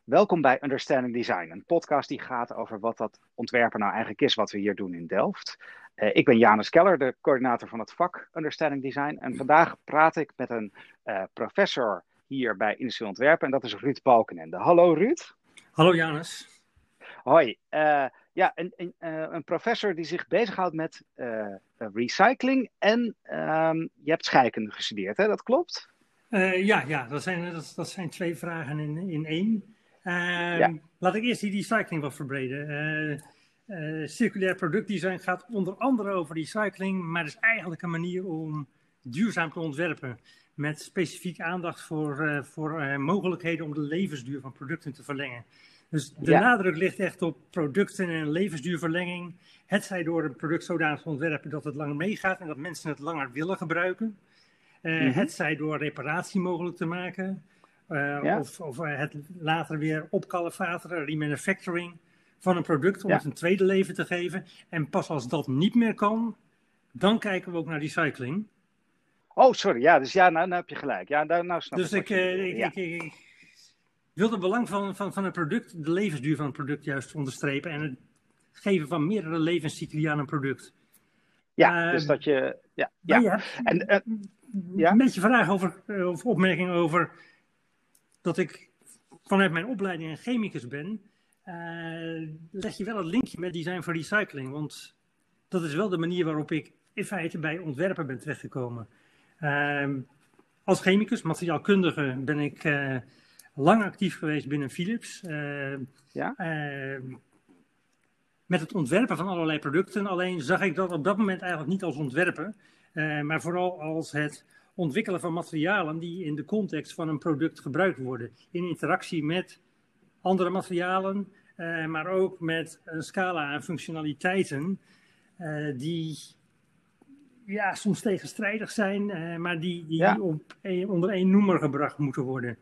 Welkom bij Understanding Design, een podcast die gaat over wat dat ontwerpen nou eigenlijk is wat we hier doen in Delft. Ik ben Janus Keller, de coördinator van het vak Understanding Design. En vandaag praat ik met een professor hier bij Industrieel Ontwerpen en dat is Ruud Balkenende. Hallo Ruud. Hallo Janus. Hoi. Een professor die zich bezighoudt met recycling en je hebt scheikunde gestudeerd, hè? Dat klopt? Dat zijn twee vragen in één. Ja. Laat ik eerst die recycling wat verbreden. Circulair productdesign gaat onder andere over recycling, maar het is eigenlijk een manier om duurzaam te ontwerpen. Met specifiek aandacht voor mogelijkheden om de levensduur van producten te verlengen. Dus de nadruk ligt echt op producten en levensduurverlenging. Het zij door een product zodanig te ontwerpen dat het langer meegaat en dat mensen het langer willen gebruiken. Het zij door reparatie mogelijk te maken. Of het later weer opkalefateren, remanufacturing van een product om het een tweede leven te geven. En pas als dat niet meer kan, dan kijken we ook naar recycling. Oh, sorry. Ja, dus nou heb je gelijk. Ja, nou snap dus ik wil het belang van het product, de levensduur van het product juist onderstrepen. En het geven van meerdere levenscycli aan een product. Ja, dus dat je... Een beetje vragen of opmerkingen over dat ik vanuit mijn opleiding een chemicus ben. Leg je wel het linkje met design voor recycling. Want dat is wel de manier waarop ik in feite bij ontwerpen ben terechtgekomen. Als chemicus, materiaalkundige, ben ik lang actief geweest binnen Philips. Met het ontwerpen van allerlei producten. Alleen zag ik dat op dat moment eigenlijk niet als ontwerpen. Maar vooral als het ontwikkelen van materialen die in de context van een product gebruikt worden. In interactie met andere materialen, maar ook met een scala aan functionaliteiten die soms tegenstrijdig zijn, maar die onder één noemer gebracht moeten worden.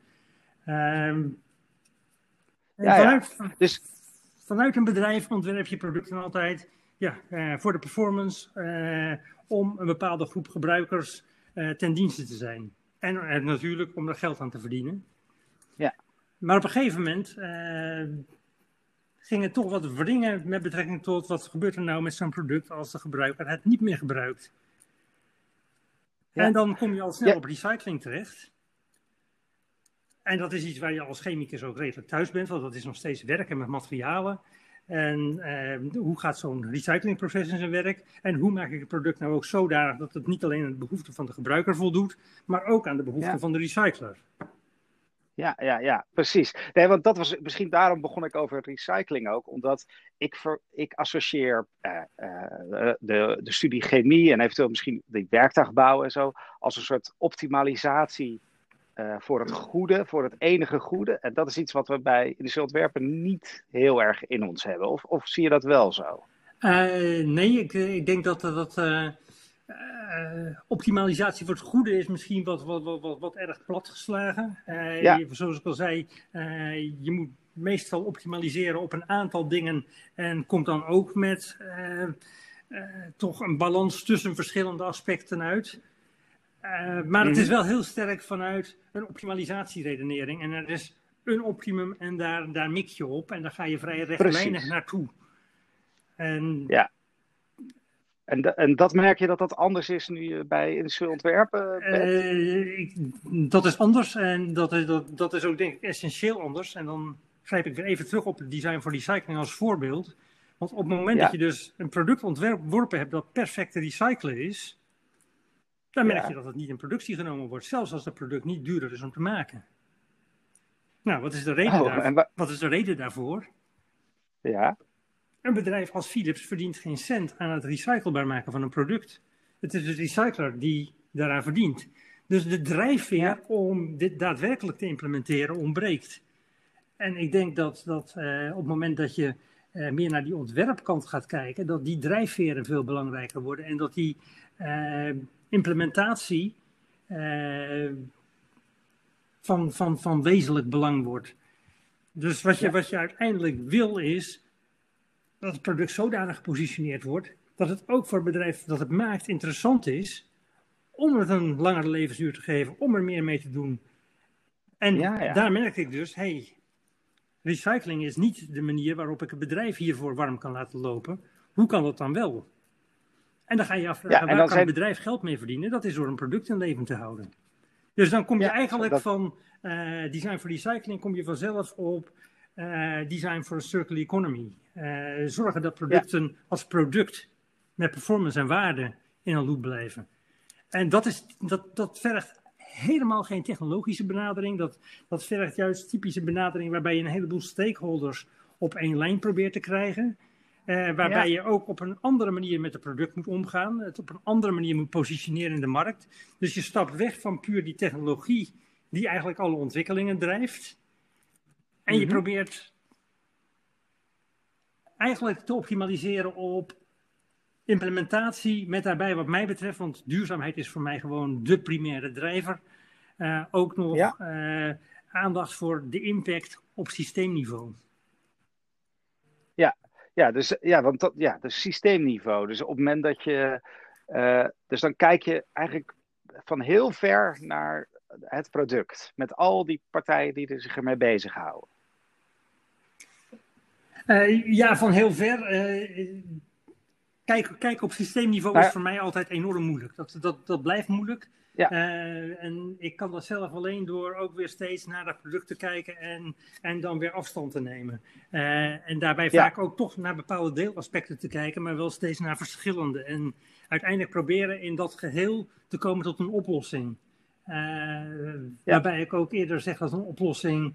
Vanuit een bedrijf ontwerp je producten altijd voor de performance, om een bepaalde groep gebruikers ten dienste te zijn. En natuurlijk om er geld aan te verdienen. Ja. Maar op een gegeven moment ging het toch wat wringen met betrekking tot wat gebeurt er nou met zo'n product als de gebruiker het niet meer gebruikt. Ja. En dan kom je al snel op recycling terecht. En dat is iets waar je als chemicus ook redelijk thuis bent, want dat is nog steeds werken met materialen. En hoe gaat zo'n recyclingproces in zijn werk? En hoe maak ik het product nou ook zodanig dat het niet alleen aan de behoeften van de gebruiker voldoet, maar ook aan de behoeften van de recycler? Ja, precies. Nee, want dat was misschien daarom begon ik over recycling ook, omdat ik associeer de studie chemie en eventueel misschien die werktuigbouw en zo als een soort optimalisatie voor het goede, voor het enige goede. En dat is iets wat we bij industrieel ontwerpen niet heel erg in ons hebben. Of zie je dat wel zo? Nee, ik denk dat optimalisatie voor het goede is misschien wat erg platgeslagen. Zoals ik al zei, je moet meestal optimaliseren op een aantal dingen en komt dan ook met toch een balans tussen verschillende aspecten uit. Maar het is wel heel sterk vanuit een optimalisatieredenering. En er is een optimum en daar mik je op. En daar ga je vrij rechtlijnig naartoe. En dat merk je dat anders is nu je bij industrieel ontwerpen bent? Dat is anders. En dat is ook denk ik essentieel anders. En dan grijp ik weer even terug op het design voor recycling als voorbeeld. Want op het moment dat je dus een product ontworpen hebt dat perfect te recyclen is, dan merk je dat het niet in productie genomen wordt. Zelfs als het product niet duurder is om te maken. Nou, wat is de reden, wat is de reden daarvoor? Ja. Een bedrijf als Philips verdient geen cent aan het recyclebaar maken van een product. Het is de recycler die daaraan verdient. Dus de drijfveer om dit daadwerkelijk te implementeren ontbreekt. En ik denk dat op het moment dat je meer naar die ontwerpkant gaat kijken, dat die drijfveren veel belangrijker worden en dat die implementatie van wezenlijk belang wordt. Dus wat je uiteindelijk wil is dat het product zodanig gepositioneerd wordt dat het ook voor het bedrijf dat het maakt interessant is om het een langere levensduur te geven, om er meer mee te doen. En daar merk ik dus, recycling is niet de manier waarop ik het bedrijf hiervoor warm kan laten lopen. Hoe kan dat dan wel? En dan ga je afvragen, waar kan het bedrijf geld mee verdienen? Dat is door een product in leven te houden. Dus dan kom je eigenlijk van design for recycling, kom je vanzelf op design for a circular economy. Zorgen dat producten als product met performance en waarde in een loop blijven. En dat vergt helemaal geen technologische benadering. Dat vergt juist typische benadering waarbij je een heleboel stakeholders op één lijn probeert te krijgen. Waarbij je ook op een andere manier met het product moet omgaan. Het op een andere manier moet positioneren in de markt. Dus je stapt weg van puur die technologie die eigenlijk alle ontwikkelingen drijft. En je probeert eigenlijk te optimaliseren op implementatie met daarbij wat mij betreft, want duurzaamheid is voor mij gewoon de primaire drijver. Ook nog aandacht voor de impact op systeemniveau. Dus systeemniveau. Dus op het moment dat je... dus dan kijk je eigenlijk van heel ver naar het product. Met al die partijen die er zich ermee bezighouden. Van heel ver. Kijken op systeemniveau is voor mij altijd enorm moeilijk. Dat blijft moeilijk. Ja. En ik kan dat zelf alleen door ook weer steeds naar dat product te kijken en dan weer afstand te nemen. En daarbij vaak ook toch naar bepaalde deelaspecten te kijken, maar wel steeds naar verschillende. En uiteindelijk proberen in dat geheel te komen tot een oplossing. Waarbij ik ook eerder zeg dat een oplossing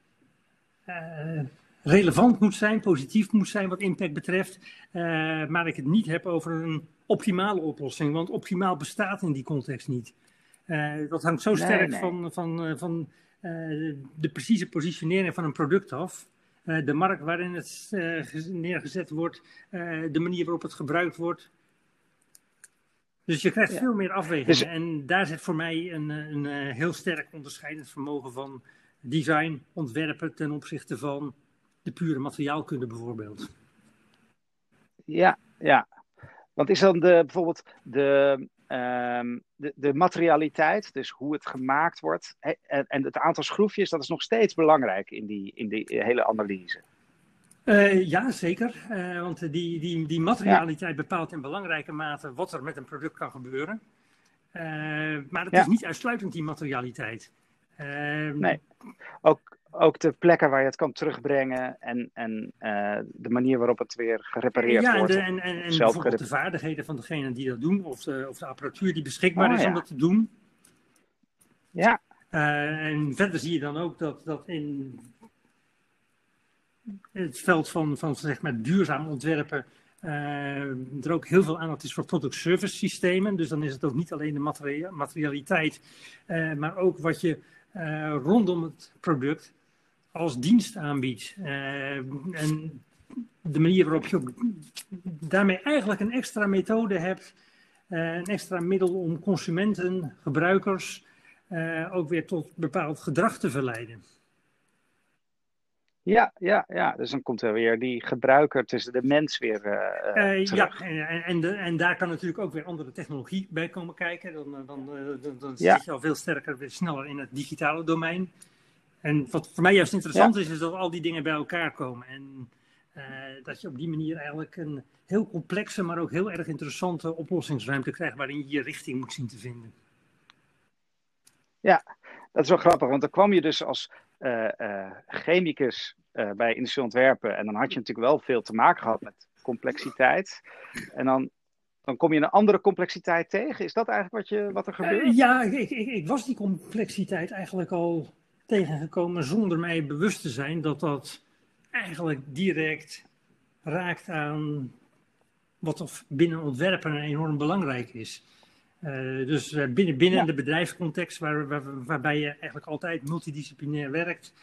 relevant moet zijn, positief moet zijn wat impact betreft. Maar ik het niet heb over een optimale oplossing, want optimaal bestaat in die context niet. Dat hangt zo sterk van de precieze positionering van een product af. De markt waarin het neergezet wordt, de manier waarop het gebruikt wordt. Dus je krijgt veel meer afwegingen. En daar zit voor mij een heel sterk onderscheidend vermogen van design, ontwerpen ten opzichte van de pure materiaalkunde bijvoorbeeld. Ja. Want is dan bijvoorbeeld de materialiteit, dus hoe het gemaakt wordt, en het aantal schroefjes, dat is nog steeds belangrijk in die hele analyse. Ja, zeker. Want die materialiteit bepaalt in belangrijke mate wat er met een product kan gebeuren. Maar het is niet uitsluitend die materialiteit. Nee, ook de plekken waar je het kan terugbrengen en de manier waarop het weer gerepareerd wordt. En bijvoorbeeld de vaardigheden van degenen die dat doen, of de apparatuur die beschikbaar is om dat te doen. Ja. En verder zie je dan ook dat in het veld van zeg maar duurzaam ontwerpen er ook heel veel aandacht is voor product-service systemen. Dus dan is het ook niet alleen de materialiteit, maar ook wat je rondom het product als dienst aanbiedt. En de manier waarop je daarmee eigenlijk een extra methode hebt, een extra middel om consumenten, gebruikers, ook weer tot bepaald gedrag te verleiden. Ja. Dus dan komt er weer die gebruiker tussen de mens weer terug. En daar kan natuurlijk ook weer andere technologie bij komen kijken. Dan zit je al veel sterker, weer sneller in het digitale domein. En wat voor mij juist interessant is dat al die dingen bij elkaar komen. En dat je op die manier eigenlijk een heel complexe, maar ook heel erg interessante oplossingsruimte krijgt waarin je je richting moet zien te vinden. Ja, dat is wel grappig, want dan kwam je dus als chemicus bij industrieel ontwerpen en dan had je natuurlijk wel veel te maken gehad met complexiteit. En dan kom je een andere complexiteit tegen. Is dat eigenlijk wat er gebeurt? Ik was die complexiteit eigenlijk al tegengekomen zonder mij bewust te zijn dat eigenlijk direct raakt aan wat binnen ontwerpen enorm belangrijk is. Dus binnen de bedrijfscontext waarbij je eigenlijk altijd multidisciplinair werkt,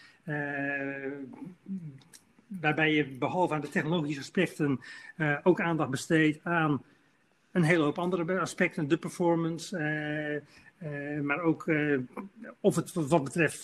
waarbij je behalve aan de technologische aspecten ook aandacht besteedt aan een hele hoop andere aspecten, de performance, maar ook of het wat betreft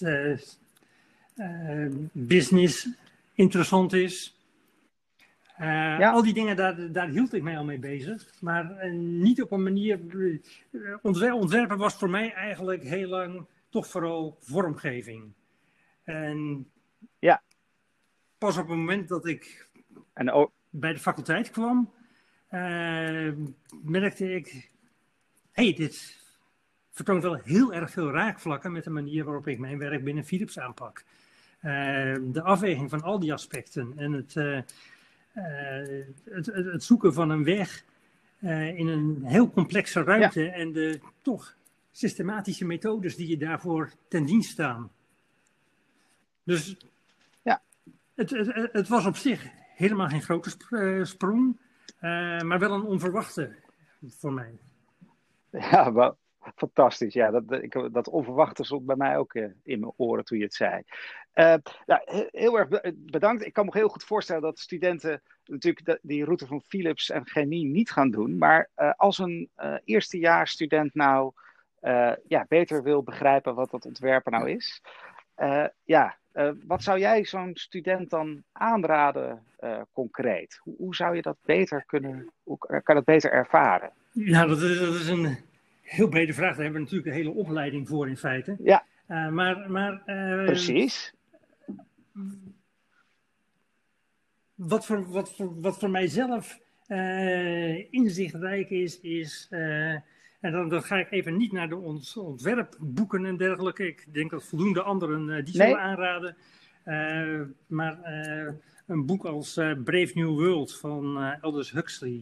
business interessant is. Al die dingen, daar hield ik mij al mee bezig. Maar niet op een manier... Ontwerpen was voor mij eigenlijk heel lang toch vooral vormgeving. En pas op het moment dat ik bij de faculteit kwam, merkte ik, dit vertoont wel heel erg veel raakvlakken met de manier waarop ik mijn werk binnen Philips aanpak. De afweging van al die aspecten en het zoeken van een weg in een heel complexe ruimte en de toch systematische methodes die je daarvoor ten dienst staan. Dus het was op zich helemaal geen grote sprong, maar wel een onverwachte voor mij. Ja, wel, fantastisch. Ja, dat onverwachte stond bij mij ook in mijn oren toen je het zei. Heel erg bedankt. Ik kan me heel goed voorstellen dat studenten natuurlijk die route van Philips en chemie niet gaan doen. Maar als een eerstejaarsstudent nou beter wil begrijpen wat dat ontwerpen nou is. Wat zou jij zo'n student dan aanraden concreet? Hoe zou je dat beter hoe kan je dat beter ervaren? Ja, dat is een heel brede vraag. Daar hebben we natuurlijk een hele opleiding voor in feite. Ja, precies. Wat voor mijzelf inzichtrijk is en dan ga ik even niet naar de ontwerpboeken en dergelijke. Ik denk dat voldoende anderen die zullen aanraden. Maar een boek als Brave New World van Aldous Huxley.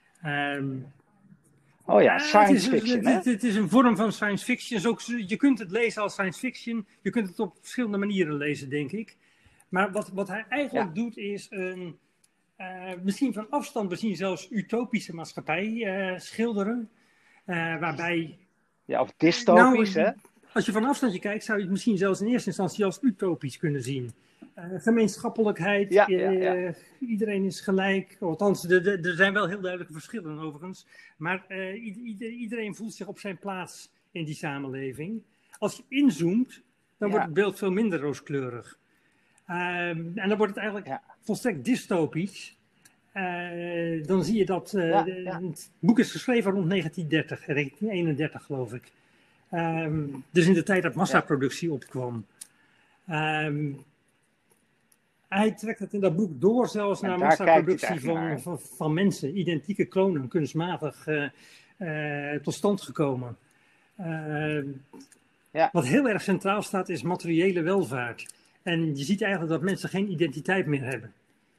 Science fiction. Het is een vorm van science fiction. Je kunt het lezen als science fiction. Je kunt het op verschillende manieren lezen, denk ik. Maar wat hij eigenlijk doet is een misschien van afstand bezien zelfs utopische maatschappij schilderen. Waarbij... Ja, of dystopisch, hè? Als je van afstandje kijkt, zou je het misschien zelfs in eerste instantie als utopisch kunnen zien. Gemeenschappelijkheid, iedereen is gelijk. Althans, er zijn wel heel duidelijke verschillen overigens. Maar iedereen voelt zich op zijn plaats in die samenleving. Als je inzoomt, dan wordt het beeld veel minder rooskleurig. En dan wordt het eigenlijk volstrekt dystopisch. Dan zie je dat het boek is geschreven rond 1931 geloof ik. Dus in de tijd dat massaproductie opkwam. Hij trekt het in dat boek door zelfs naar massaproductie van mensen. Identieke klonen, kunstmatig tot stand gekomen. Wat heel erg centraal staat is materiële welvaart. En je ziet eigenlijk dat mensen geen identiteit meer hebben.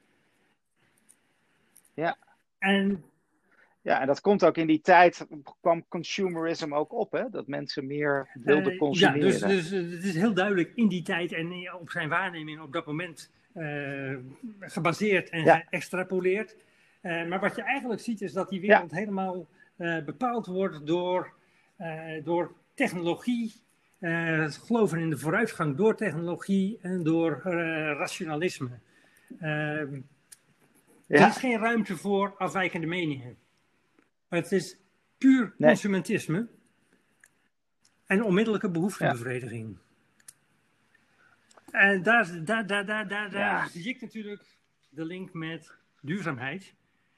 Ja. En dat komt ook in die tijd, kwam consumerism ook op, hè? Dat mensen meer wilden consumeren. Ja, dus het is heel duidelijk in die tijd en op zijn waarneming op dat moment gebaseerd en geëxtrapoleerd. Maar wat je eigenlijk ziet is dat die wereld helemaal bepaald wordt door technologie, het geloven in de vooruitgang door technologie en door rationalisme. Er is geen ruimte voor afwijkende meningen. Het is puur consumentisme en onmiddellijke behoeftebevrediging. En daar zie ik natuurlijk de link met duurzaamheid.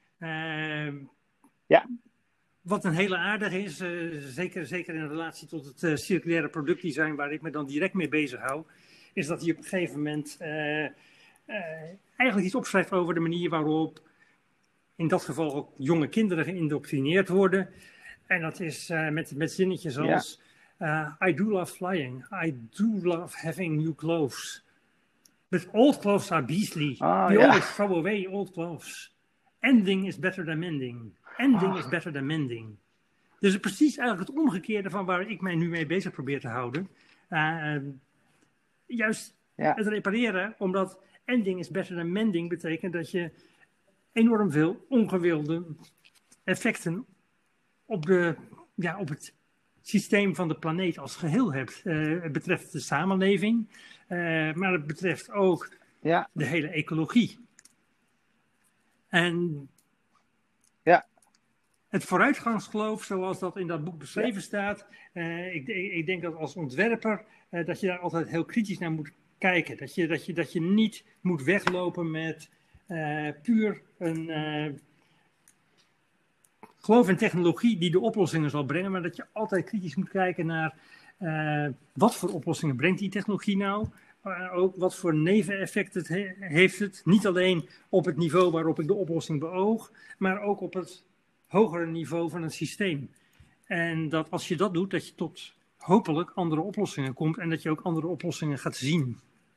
Wat een hele aardige is, zeker in relatie tot het circulaire productdesign waar ik me dan direct mee bezig hou, is dat hij op een gegeven moment eigenlijk iets opschrijft over de manier waarop in dat geval ook jonge kinderen geïndoctrineerd worden. En dat is met zinnetjes als I do love flying. I do love having new clothes. But old clothes are beastly. We always throw away old clothes. Ending is better than mending. Ending is better than mending. Dus precies eigenlijk het omgekeerde van waar ik mij nu mee bezig probeer te houden. Juist het repareren, omdat ending is better than mending betekent dat je enorm veel ongewilde effecten op het systeem van de planeet als geheel hebt. Het betreft de samenleving, maar het betreft ook de hele ecologie. En het vooruitgangsgeloof, zoals dat in dat boek beschreven staat, ik denk dat als ontwerper dat je daar altijd heel kritisch naar moet kijken. Dat je niet moet weglopen met puur een geloof in technologie die de oplossingen zal brengen, maar dat je altijd kritisch moet kijken naar wat voor oplossingen brengt die technologie nou, maar ook wat voor neveneffecten heeft het. Niet alleen op het niveau waarop ik de oplossing beoog, maar ook op het hogere niveau van het systeem. En dat als je dat doet, dat je tot hopelijk andere oplossingen komt en dat je ook andere oplossingen gaat zien.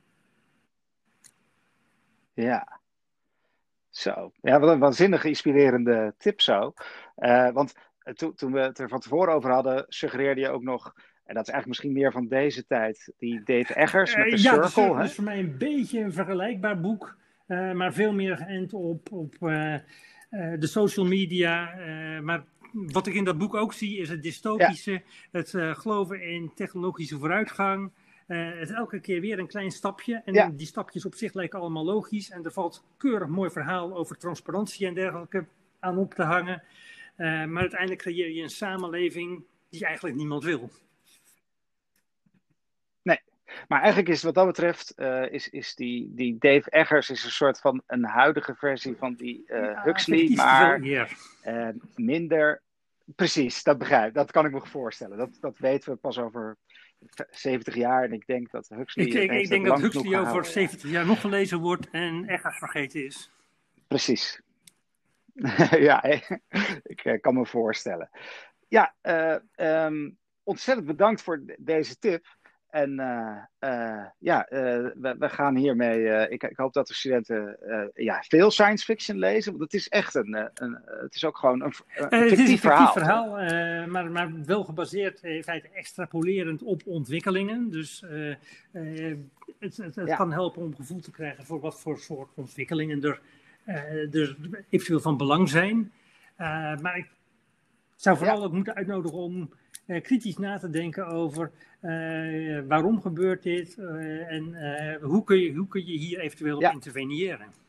Ja, zo. Ja, wat een waanzinnig inspirerende tip zo. Want toen we het er van tevoren over hadden, suggereerde je ook nog, en dat is eigenlijk misschien meer van deze tijd, die Dave Eggers met de Ja, Circle. de Circle hè? is voor mij een beetje een vergelijkbaar boek, maar veel meer geënt op de social media. Maar wat ik in dat boek ook zie is het dystopische, het geloven in technologische vooruitgang. Het elke keer weer een klein stapje. En die stapjes op zich lijken allemaal logisch. En er valt keurig mooi verhaal over transparantie en dergelijke aan op te hangen. Maar uiteindelijk creëer je een samenleving die eigenlijk niemand wil. Nee, maar eigenlijk is wat dat betreft, is die Dave Eggers is een soort van een huidige versie van die Huxley, maar minder. Precies, dat begrijp ik. Dat kan ik me voorstellen. Dat weten we pas over 70 jaar. En ik denk dat Huxley. Ik denk dat Huxley over 70 jaar nog gelezen wordt en Eggers vergeten is. Precies. Ja, ik kan me voorstellen. Ja, ontzettend bedankt voor deze tip. En we gaan hiermee. Ik hoop dat de studenten veel science fiction lezen. Want het is echt het is ook gewoon een fictief verhaal. Maar wel gebaseerd in feite extrapolerend op ontwikkelingen. Dus het kan helpen om gevoel te krijgen voor wat voor soort ontwikkelingen er eventueel van belang zijn. Maar ik zou vooral ook moeten uitnodigen om kritisch na te denken over waarom gebeurt dit en hoe kun je hier eventueel op interveneren.